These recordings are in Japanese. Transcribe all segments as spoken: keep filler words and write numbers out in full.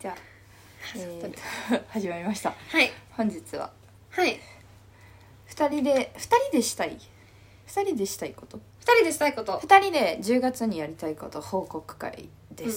じゃあ、えー、始まりました。 はい。 本日ははいふたりでふたりでしたいふたりでしたいことふたりでしたいことふたりでじゅうがつにやりたいこと報告会です、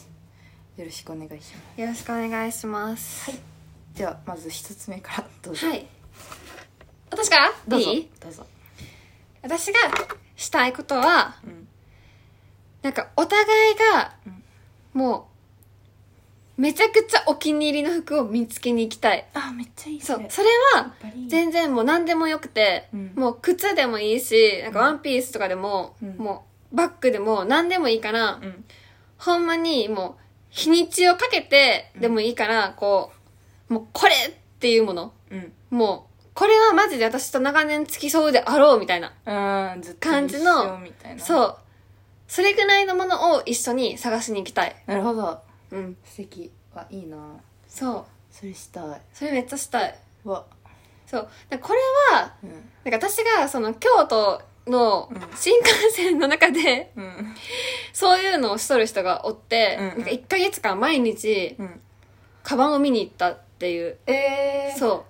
うん、よろしくお願いします。 よろしくお願いします。 はい。ではまず一つ目からどうぞ。 はい。私からどうぞいい？ どうぞ。 私がしたいことは、 うん、 なんかお互いが、うん、もうめちゃくちゃお気に入りの服を見つけに行きたい。 あ、めっちゃいい。 そう、それは全然もう何でもよくて、うん、もう靴でもいいし、なんかワンピースとかでも、うん、もうバッグでも何でもいいから、うん、ほんまにもう日にちをかけてでもいいから、うん、こうもうこれっていうもの、うん、もうこれはマジで私と長年付き添うであろうみたいな感じの、そう、それぐらいのものを一緒に探しに行きたい。 なるほど。 うん、 素敵。はいいな。 そう、 それしたい。 それめっちゃしたい。 わ、 そうだこれは、うん、なんか私がその京都の新幹線の中で、うん、そういうのをしとる人がおって、うんうん、なんかいっかげつかん毎日、うん、カバンを見に行ったっていう。 えー、 そう。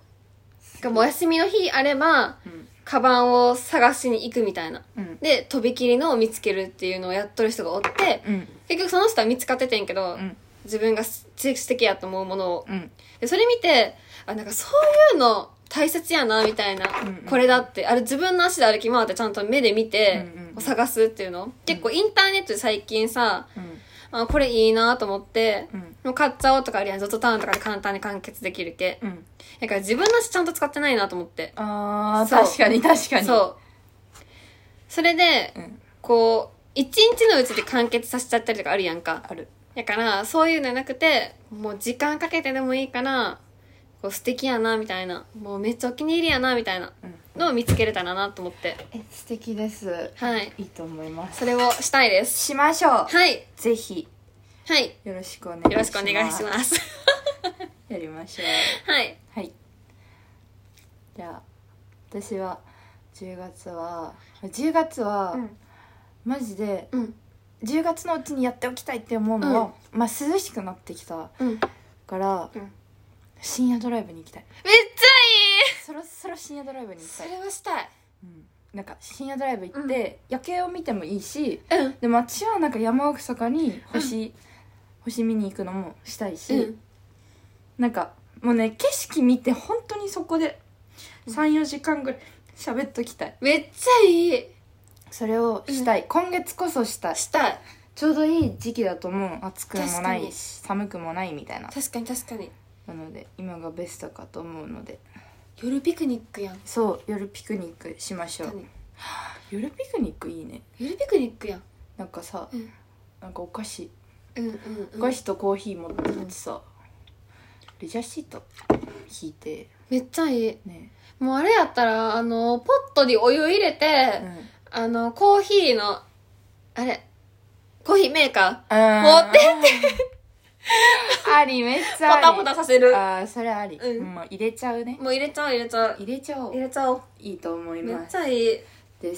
もうお休みの日あれば、うん、カバンを探しに行くみたいな、うん、でとびきりのを見つけるっていうのをやっとる人がおって、うん、結局その人は見つかっててんけど、うん、自分が素敵やと思うものを、うん、でそれ見て、あ、なんかそういうの大切やなみたいな、うんうん、これだってあれ自分の足で歩き回ってちゃんと目で見て、うんうんうん、探すっていうの、うん、結構インターネットで最近さ、うん、あこれいいなと思って、うん、もう買っちゃおうとかあるやん、ゾゾタウンとかで簡単に完結できる系、うん、だから自分の足ちゃんと使ってないなと思って。 あー確かに確かに。 そうそれで、うん、こう一日のうちで完結させちゃったりとかあるやんか。 ある。 だからそういうのなくて、もう時間かけてでもいいからこう素敵やなみたいな、もうめっちゃお気に入りやなみたいなのを見つけれたらなと思って、 うん、え素敵です。 はい、 いいと思います。 それをしたいです。 しましょう。 はい、 ぜひ。 はい、 よろしくお願いします。 よろしくお願いしますやりましょう。はいはい。じゃあ私はじゅうがつはじゅうがつは、うん、マジで、うん、じゅうがつのうちにやっておきたいって思うのは、うん、まあ涼しくなってきた、うん、から、うん、深夜ドライブに行きたい。 めっちゃいい。 そろそろ深夜ドライブに行きたい。 それはしたい、 うん、なんか深夜ドライブ行って、うん、夜景を見てもいいし、うん、でも私はなんか山奥坂に星、うん、星見に行くのもしたいし、うん、なんかもうね景色見て本当にそこで さん,よ 時間ぐらい喋っときたい。 めっちゃいい。 それをしたい、うん、今月こそしたい。 したい。 ちょうどいい時期だと思う。暑くもないし寒くもないみたいな。 確かに確かに。 なので今がベストかと思うので。 夜ピクニックやん。 そう、夜ピクニックしましょう。夜ピクニックいいね。 夜ピクニックやん。 なんかさ、うん、なんかお菓子、 うんうんうん、 お菓子とコーヒー持ってってさ、うん、レジャーシート引いて。 めっちゃいい、ね、もうあれやったらあのポットにお湯入れて、うん、あのコーヒーのあれコーヒーメーカー持ってってあり、めっちゃあり。 ポタポタさせる。 ああ、それあり、うん、もう入れちゃうね。 もう入れちゃう入れちゃう入れちゃおう入れちゃおう。 いいと思います。 めっちゃいいです。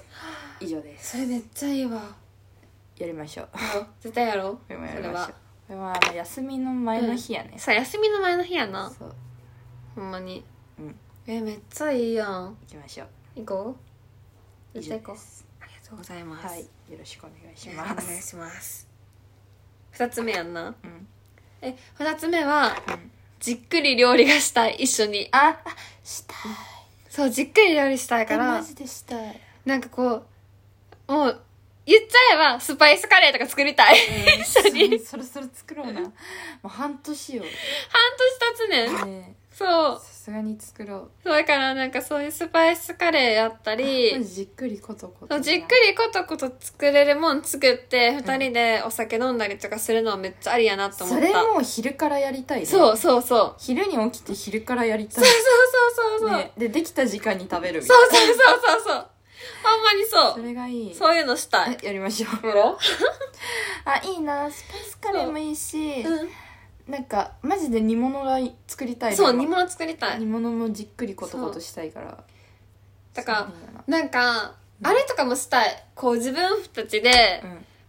以上です。 それめっちゃいいわ。 やりましょう。 絶対やろう。 それはやりましょう。これはあの休みの前の日やね、 うん、さあ休みの前の日やな。 そうほんまに、 うん、 えめっちゃいいやん。 行きましょう。 行こう。 以上です。 ありがとうございます。 はい、よろしくお願いします。 お願いします。二つ目やんな。 うん、 え二つ目は、うん、じっくり料理がしたい。一緒に。 あ、あしたい。 そう、じっくり料理したいから。 マジでしたい。 なんかこうもう言っちゃえばスパイスカレーとか作りたい、うん、一緒に。 そろそろ作ろうな。もう半年よ。 半年経つねん、ね、そうさすがに作ろう。 そうだからなんかそういうスパイスカレーやったり、 じっくりコトコト、 じっくりコトコト作れるもん作ってふたりでお酒飲んだりとかするのはめっちゃありやなと思った。 それもう昼からやりたいね。 そうそうそう、 昼に起きて昼からやりたい。 そうそうそうそうそう、ね、 でできた時間に食べるみたいな。 そうそうそうそうそうほんまにそう。 それがいい。 そういうのしたい。 やりましょう。 やろあ、いいな。スパイスカレーもいいし、うん、なんかマジで煮物が作りたい。 そう、煮物作りたい。 煮物もじっくりコトコトしたいから。 だからなんか、うん、あれとかもしたい。こう自分たちで、うん、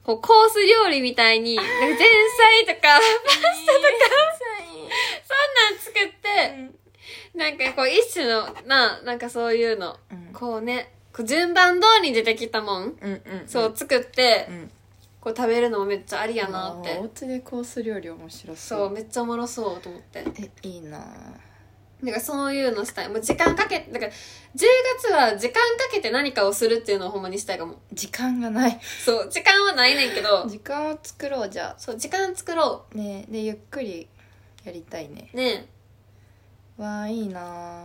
こうコース料理みたいに、なんか前菜とか、パスタとか、そんなん作って、うん、なんかこう一種の、な、なんかそういうの、うん、こうね、こう順番通りに出てきたもん、うんうんうん、そう作って、うん、こう食べるのもめっちゃありやなって。 お家でコース料理面白そう。 そう、めっちゃおもろそうと思って。 え、いいなぁ。 なんかそういうのしたい。もう時間かけ、だからじゅうがつは時間かけて何かをするっていうのをほんまにしたいかも。 時間がない。 そう、時間はないねんけど。 時間を作ろうじゃあ。 そう、時間作ろう。ねえ、で、ゆっくりやりたいね。 ねえ。わあ、いいなぁ。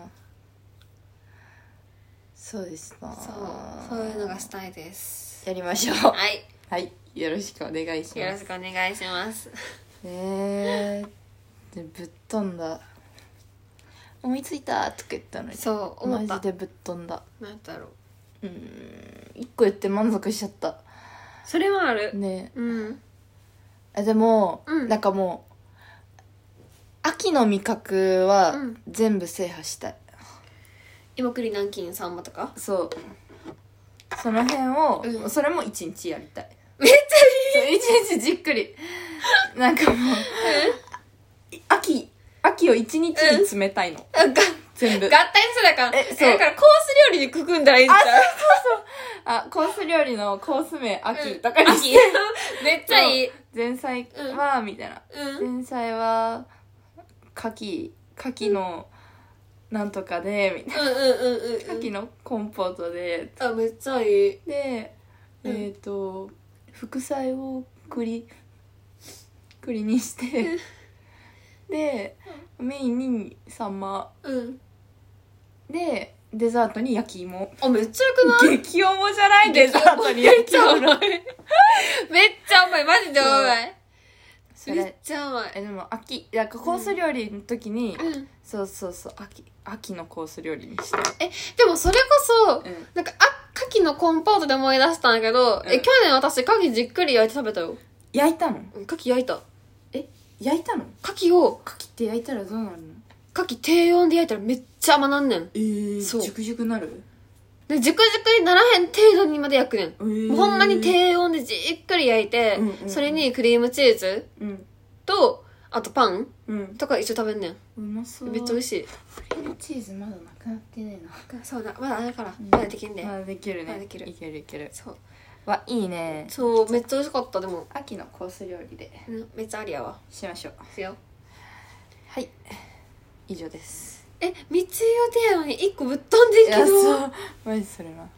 そうですなぁ。 そう、そういうのがしたいです。 やりましょう。 はい。 はい。よろしくお願いします。 よろしくお願いします。 えー、でぶっ飛んだ。思いついたとか言ったのに、 そう思った。 マジでぶっ飛んだ。 なんだろう。うん、一個言って満足しちゃった。 それはあるね。 うん。 あでも、 うん、 なんかもう秋の味覚は全部制覇したい。 うん、芋栗南京さんまとか。 そう。その辺を、うん、それも一日やりたい。 めっちゃいい。 一日じっくり。なんかもう、秋。秋を一日に詰めたいの。 うん、が全部。 合体するから。え、そう。だからコース料理にくくんだらいいんちゃう？ あ、そうそうそう。あ、コース料理のコース名、秋とかにして、 うん。めっちゃいい。 前菜は、みたいな。うん、前菜は、牡蠣、牡蠣の、なんとかで、みたいな。 うんうんうんうん。 牡蠣のコンポートで。 あ、めっちゃいい。 で、えっ、ー、と、副菜を栗、栗にして、で、うん、メインにサンマ、 うん、 でデザートに焼き芋。 あ、めっちゃよくない？ 激重じゃない？デザートに焼き芋。めっちゃ甘い。めっちゃ甘い。マジで甘い。めっちゃ甘い。 え、でも秋、なんかコース料理の時に、 うん、 そうそうそう、秋秋のコース料理にして。 え、でもそれこそ、うん、なんかあ牡蠣のコンポートで思い出したんだけど、うん、え去年私牡蠣じっくり焼いて食べたよ。 焼いたの？ 牡蠣焼いた。 焼いたの？ 牡蠣を牡蠣って焼いたらどうなるの？ 牡蠣低温で焼いたらめっちゃ甘なんねん。 えー、そう。ジュクジュクなる？ で、ジュクジュクにならへん程度にまで焼くねん。えー、もうほんまに低温でじっくり焼いて、うんうんうん、それにクリームチーズと、うん、あとパン、うん、とか一緒食べんねん。 うまそう。 めっちゃ美味しい。 クリームチーズまだなくなってねえな。 そうだ、まだあるから、うん、まだできんねん。 まだできるね。 まだできる。 いけるいける。 そう。 わ、いいね。 そう、めっちゃ美味しかった。でも秋のコース料理で、 うん、めっちゃありやわ。 しましょう。 しよう。 はい、以上です。 え、みっつ予定やのにいっこぶっ飛んでんけど。いや、 そうマジそれな。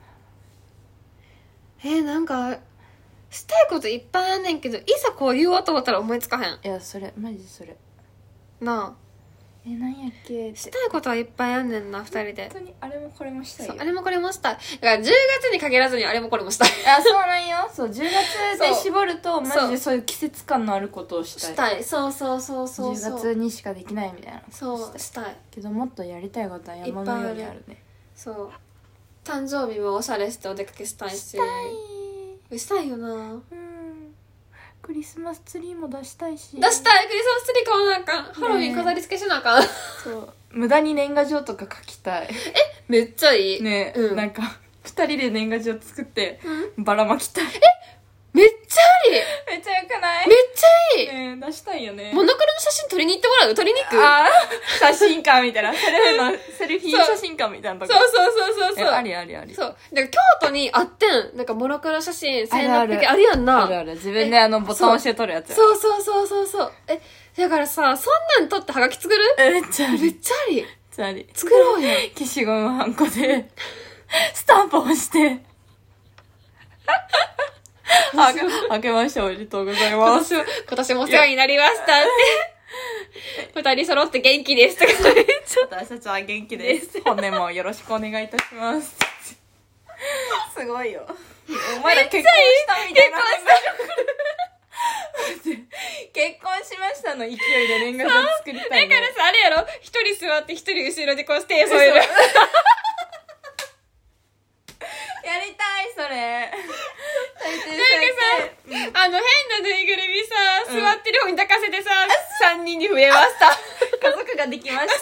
えー、なんかしたいこといっぱいあんねんけど、いざこう言おうと思ったら思いつかへん。 いや、それマジそれなあ。 え、なんやっけって。 したいことはいっぱいあんねんな、二人で。 本当にあれもこれもしたいよ。 そう、あれもこれもしたい。だからじゅうがつに限らずにあれもこれもしたい。 あ、そうなんよ。そう、じゅうがつで絞るとマジでそういう季節感のあることをしたい。 したい。そうそうそうそうそう。じゅうがつにしかできないみたいな。 そう、したい。 けどもっとやりたいことは山のようにあるね。 そう。誕生日もおしゃれしてお出かけしたいし。したい。したいよな。うん。 クリスマスツリーも出したいし。 出したい。クリスマスツリー買わなあかん。ハロウィン飾り付けしなあかん。 そう無駄に年賀状とか書きたい。え、 めっちゃいいねえ、うん、なんか二人で年賀状作って、うん、ばらまきたい。え、 めっちゃいい。 めっちゃよくない？ めっちゃいい。 ねえ、出したいよね。 モノクロの写真撮りに行ってもらう？撮りに行く？ ああ、写真館みたいな。セルフのセルフィー写真館みたいなとこ。 そうそうそうそうそう。 ありありあり。 そう。だから京都にあってん。なんかモノクロ写真せんろっぴゃくえんあるやんな。 あるある。自分であのボタン押して撮るやつ。 そうそうそうそうそう。え、だからさ、そんなん撮ってハガキ作る？ めっちゃあり。 めっちゃあり。めっちゃあり。 作ろうよ。 消しゴムはんこで、スタンプ押して、あけ、あけましておめでとうございます。 今年もお世話になりましたって。二人揃って元気ですとか言っちゃった。 私たちは元気です。本年もよろしくお願いいたします。すごいよ。お前ら結婚したみたいな。結婚しましたの勢いで年賀状作りたい、 ね。だからさ、あれやろ？一人座って一人後ろでこう手添える。やりたい、それ。 なんかさ、あの変なぬいぐるみさ、座ってる方に抱かせてさ、三、うん、人に増えました。 家族ができました。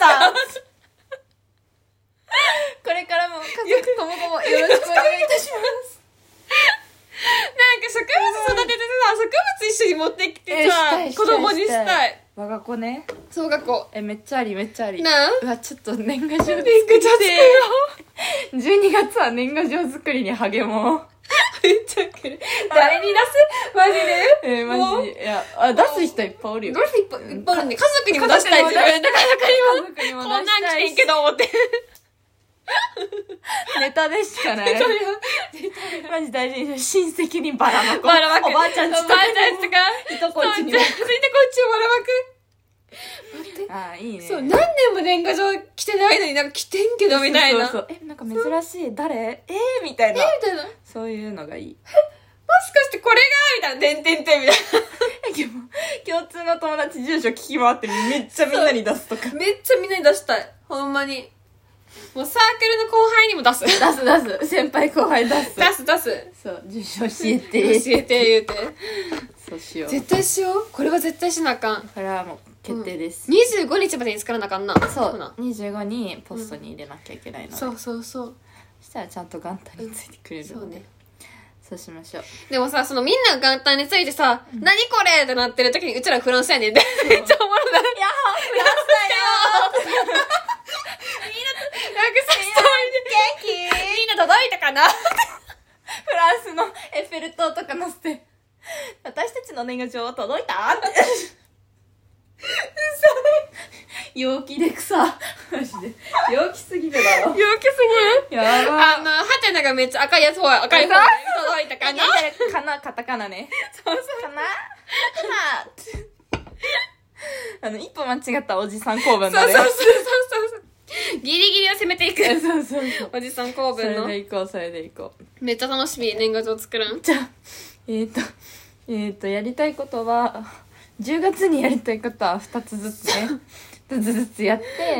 これからも家族ともどもよろしくお願いいたします。 なんか植物育種に持ってきてさ、子供にしたい。 我が子ね。 小学校。 え、めっちゃありめっちゃあり。 なあ、 うわ、ちょっと年賀状作って。 年賀状作ろう。じゅうにがつは年賀状作りに励もう。 めっちゃくる。誰に出すマジでえー、マジで。いや、あ、出す人いっぱいおるよ。 出す人いっぱいおるね。家族にも出したい自分。なかなか家族にも出こんなん来したいし。 てんけど、思って。 ネタでしかない。マジ大事にしよう。親戚にバラまこ。 バラまく。 おばあちゃんちとか。 おばあちゃんちとか。 いとこっちにも。 ついてこっちをバラまく。待って。 ああ、いいね。 そう、何年も年賀状来てないのになんか来てんけど、みたいな。 そうそうそう。え、なんか珍しい。誰えー、みたいな。 えみたいな。もそういうのがいい。 しかしてこれがみたいな。てんてんてんみたいえ、でも、共通の友達住所聞き回ってめっちゃみんなに出すとか。 な。めっちゃみんなに出したい。ほんまに。もうサークルの後輩にも出す。出す出す出す。先輩後輩出す。 出す出す。 そう、住所教えて。 教えて言うて。 そうしよう。 絶対しよう。これは絶対しなあかん。 これはもう決定です。 にじゅうごにちまでに作らなあかんな。 そうな。 にじゅうごにポストに入れなきゃいけないので、 そうそうそう。 そしたらちゃんと元旦についてくれるので、 そうね。 そうしましょう。 でもさ、そのみんなが元旦についてさ、何これってなってる時にうちらフランスやねんで。めっちゃおもろない。いやフランスだよみんな、なんかさ、ストーリーで、元気みんな届いたかなフランスのエッフェル塔とか載せて、私たちの年賀状届いたって陽気でくさ、マジで陽気すぎるだろ。 陽気すぎる。 やばあの、ハテナがめっちゃ赤いやつほら、赤い方が届いたかな。 かな、カタカナね。そうそう。かなカタカナあの、一歩間違ったおじさん公文だね。 そうそうそうそうそう。ギリギリを攻めていく。 そうそうそう。 おじさん公それ文の。 でいこう、それでいこう。 めっちゃ楽しみ、年賀状作るん。 じゃあ、えーと、えーと、やりたいことは、じゅうがつにやりたいことはふたつずつね。ふたつずつやって、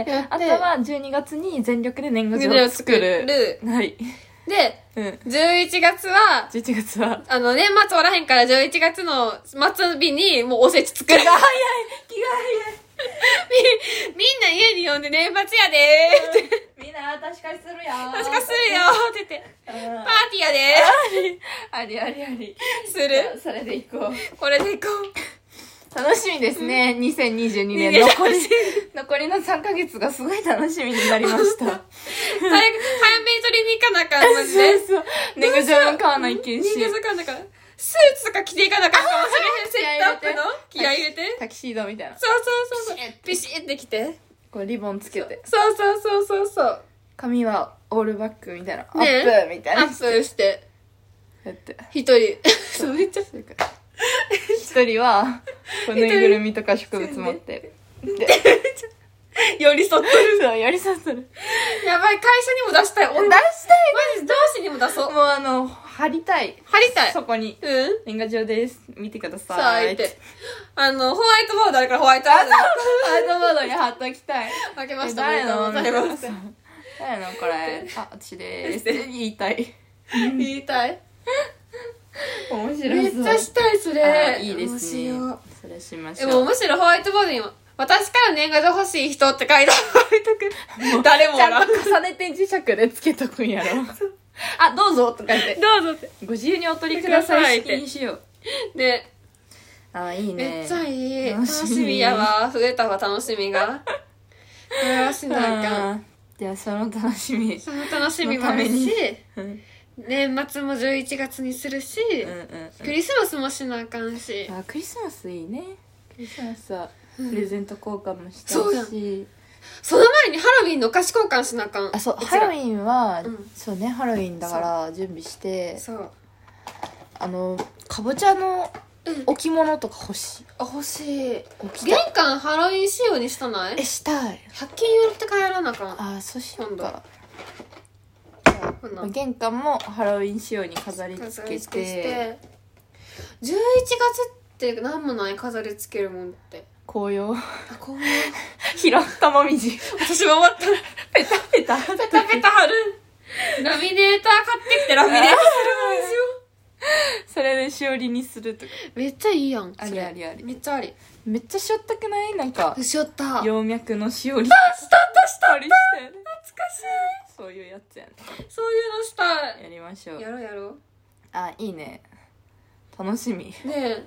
やってあとはじゅうにがつに全力で年賀状を作る。 るはい。 で、 うん。 じゅういちがつは、 じゅういちがつは、 あの、年末おらへんからじゅういちがつの末日にもうおせち作る。 気が早い気が早いみ、みんな家に呼んで年末やでーって。 みんな確かにするよー。 確かするよーって言って。パーティーやでありありあり。 ー。する。 それでいこう。 これでいこう。 楽しみですね。にせんにじゅうにねん残り、残りのさんかげつがすごい楽しみになりました。 早く、早めに取りに行かなあかん、マジで。 そうそう。年賀状も買わないけんし。 年賀状買わなあかん。スーツとか着ていかなあかんかもしれへん。セットアップの気合い入れて。 タキシードみたいな。 そうそうそうそう。ピシッて着て。 こうリボンつけて。 そうそうそうそうそう。 髪はオールバックみたいな。 ね、 アップみたいな。 アップして。 やって。 一人。そう、めっちゃ。 一人は、こうぬいぐるみとか植物持って。で、 寄り添ってる。 そう、寄り添ってる。 やばい、会社にも出したい。 出したいマジ上司にも出そう。 もうあの、貼りたい。 貼りたい。 そこに。 うん。 年賀状です。見てください。 さあ、言って。あの、ホワイトボードあるからホワイトボード。 ホワイトボードに貼っときたい。 負けました。 誰のありがとうございます。 誰のこれ。あ、私でーす。言いたい。 言いたい。 面白そう。 めっちゃしたい、それ。 いいですね。それしましょう。 でもむしろホワイトボードにも、私から年賀状欲しい人って書いてあるとく。誰もちゃんと重ねて磁石でつけとくんやろ。あ、どうぞとか言って。 どうぞって。 ご自由にお取りくださいってにしよう。 で、 あ、いいね。 めっちゃいい。楽しみやわ。増えたわ、楽しみが。これはしなあかん。 では、その楽しみ。 その楽しみもあるし、年末もじゅういちがつにするし、うんうんうん、クリスマスもしなあかんし。 あ、クリスマスいいね。クリスマスはプレゼント交換もしたし、 うん、そうその前にハロウィンのお菓子交換しなあかん。 あ、そう、ハロウィンは、うん、そうね、ハロウィンだから準備して、そうあのかぼちゃの置物とか欲しい。 あ、欲しい。玄関ハロウィン仕様にしたない？ え、したい。 ひゃく均寄って帰らなあかん。 あ、そうしようか。玄関もハロウィン仕様に飾り付けて、 じゅういちがつって何もない飾り付けるもんって。 紅葉。 あ、紅葉。 拾ったもみじ。 私も終わった。 ペタペタ。 ペタペタ貼る。ラミネーター買ってきてラミネーターするんですよ。 それでしおりにするとか。 めっちゃいいやん。 ありありあり。 めっちゃあり。 めっちゃしょったくない？なんか。 しょった。 葉脈のしおり。 あ、したったしたった。 懐かしい。そういうやつやね。 そういうのしたい。 やりましょう。 やろうやろう。 あ、いいね。楽しみ。 ねえ。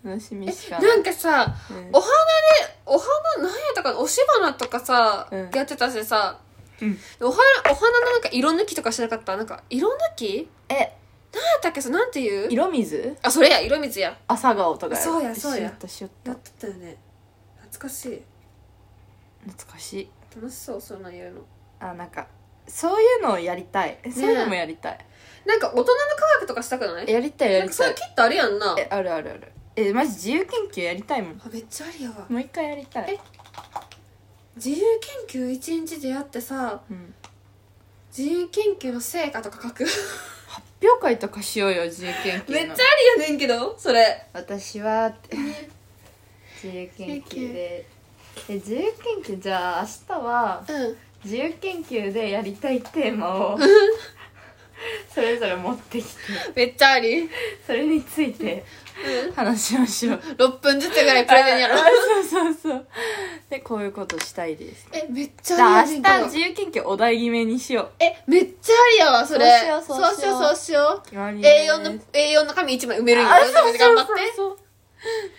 楽しみしかない。 なんかさ、うん、お花でお花何やったかな、押し花とかさ、うん、やってたしさ、うん、お花お花のなんか色抜きとかしなかった？なんか色抜き？え、何やったっけさ、なんていう？ 色水？ あ、それや、色水や。 朝顔とかや。 そうやそうや。 しよったしよった。 やってたよね。懐かしい。 懐かしい。 楽しそう、そんなんやるの。 あ、なんかそういうのをやりたい。そういうのもやりたい。 なんか大人の科学とかしたくない？ やりたいやりたい。なんかそれきっとあるやんな。 え、あるあるある。え、マジ自由研究やりたいもん。 あ、めっちゃありやわ。 もう一回やりたい。え、 自由研究一日でやってさ、うん、自由研究の成果とか書く発表会とかしようよ、自由研究の。 めっちゃありやねんけど、それ。 私はって自由研究でえ、自由研究、じゃあ明日は、うん、自由研究でやりたいテーマをそれぞれ持ってきて、 めっちゃあり、 それについて話しましょう。 ろっぷんずつぐらいプレゼンやろ。 そうそうそうで、こういうことしたいです。 え、めっちゃありや。 明日自由研究お題決めにしよう。 え、めっちゃありやわ、それ。そうしようそうしようそうしよう。 エーよん の エーよん の紙いちまい埋めるんやろ。頑張って。そうそうそう、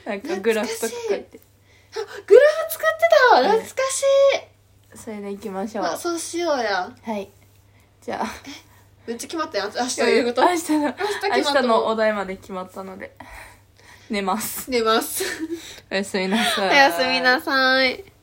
なんかグラフとか書いて、 あ、グラフ作ってたわ、懐かしい。それでいきましょう。 あ、そうしようや。 はい。じゃあめっちゃ決まったよ、明日言うこと。 明日の明日明日のお題まで決まったので寝ます。 寝ます。 おやすみなさい。 おやすみなさい。